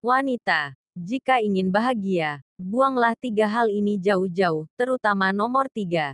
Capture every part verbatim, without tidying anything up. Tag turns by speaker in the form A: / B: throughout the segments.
A: Wanita, jika ingin bahagia, buanglah tiga hal ini jauh-jauh, terutama nomor tiga.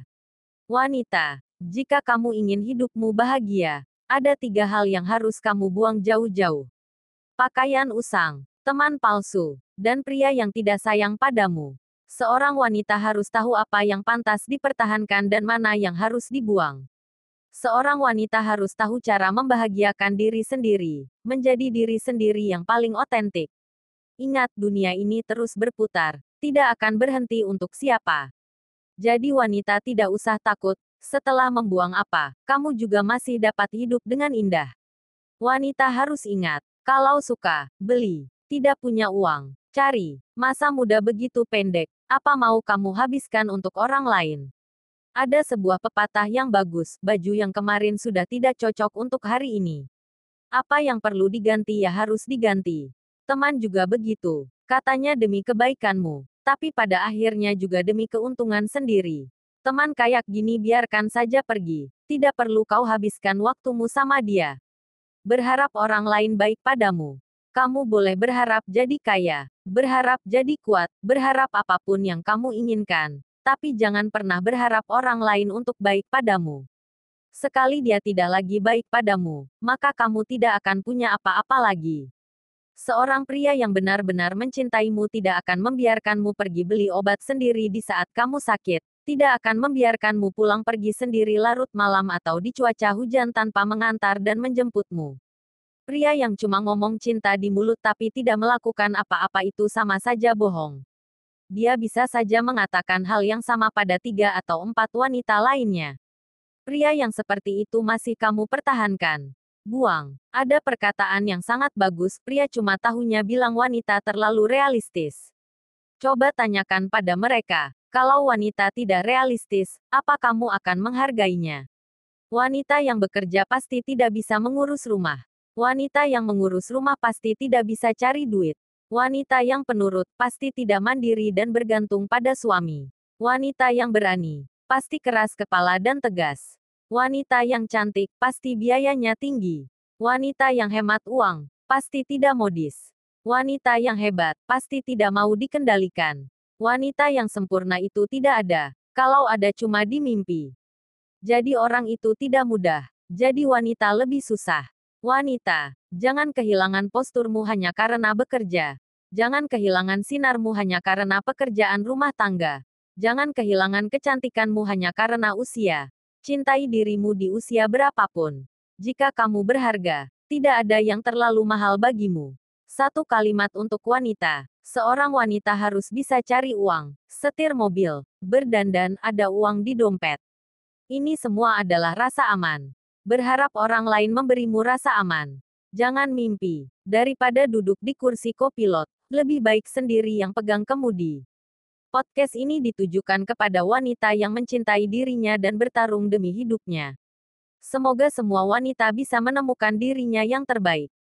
A: Wanita, jika kamu ingin hidupmu bahagia, ada tiga hal yang harus kamu buang jauh-jauh. Pakaian usang, teman palsu, dan pria yang tidak sayang padamu. Seorang wanita harus tahu apa yang pantas dipertahankan dan mana yang harus dibuang. Seorang wanita harus tahu cara membahagiakan diri sendiri, menjadi diri sendiri yang paling otentik. Ingat, dunia ini terus berputar, tidak akan berhenti untuk siapa. Jadi wanita tidak usah takut, setelah membuang apa, kamu juga masih dapat hidup dengan indah. Wanita harus ingat, kalau suka, beli, tidak punya uang, cari. Masa muda begitu pendek, apa mau kamu habiskan untuk orang lain? Ada sebuah pepatah yang bagus, baju yang kemarin sudah tidak cocok untuk hari ini. Apa yang perlu diganti ya harus diganti. Teman juga begitu. Katanya demi kebaikanmu, tapi pada akhirnya juga demi keuntungan sendiri. Teman kayak gini biarkan saja pergi. Tidak perlu kau habiskan waktumu sama dia. Berharap orang lain baik padamu. Kamu boleh berharap jadi kaya, berharap jadi kuat, berharap apapun yang kamu inginkan. Tapi jangan pernah berharap orang lain untuk baik padamu. Sekali dia tidak lagi baik padamu, maka kamu tidak akan punya apa-apa lagi. Seorang pria yang benar-benar mencintaimu tidak akan membiarkanmu pergi beli obat sendiri di saat kamu sakit, tidak akan membiarkanmu pulang pergi sendiri larut malam atau di cuaca hujan tanpa mengantar dan menjemputmu. Pria yang cuma ngomong cinta di mulut tapi tidak melakukan apa-apa itu sama saja bohong. Dia bisa saja mengatakan hal yang sama pada tiga atau empat wanita lainnya. Pria yang seperti itu masih kamu pertahankan. Buang. Ada perkataan yang sangat bagus, pria cuma tahunya bilang wanita terlalu realistis. Coba tanyakan pada mereka, kalau wanita tidak realistis, apa kamu akan menghargainya? Wanita yang bekerja pasti tidak bisa mengurus rumah. Wanita yang mengurus rumah pasti tidak bisa cari duit. Wanita yang penurut pasti tidak mandiri dan bergantung pada suami. Wanita yang berani pasti keras kepala dan tegas. Wanita yang cantik, pasti biayanya tinggi. Wanita yang hemat uang, pasti tidak modis. Wanita yang hebat, pasti tidak mau dikendalikan. Wanita yang sempurna itu tidak ada, kalau ada cuma di mimpi. Jadi orang itu tidak mudah, jadi wanita lebih susah. Wanita, jangan kehilangan posturmu hanya karena bekerja. Jangan kehilangan sinarmu hanya karena pekerjaan rumah tangga. Jangan kehilangan kecantikanmu hanya karena usia. Cintai dirimu di usia berapapun. Jika kamu berharga, tidak ada yang terlalu mahal bagimu. Satu kalimat untuk wanita. Seorang wanita harus bisa cari uang, setir mobil, berdandan, ada uang di dompet. Ini semua adalah rasa aman. Berharap orang lain memberimu rasa aman. Jangan mimpi. Daripada duduk di kursi kopilot, lebih baik sendiri yang pegang kemudi. Podcast ini ditujukan kepada wanita yang mencintai dirinya dan bertarung demi hidupnya. Semoga semua wanita bisa menemukan dirinya yang terbaik.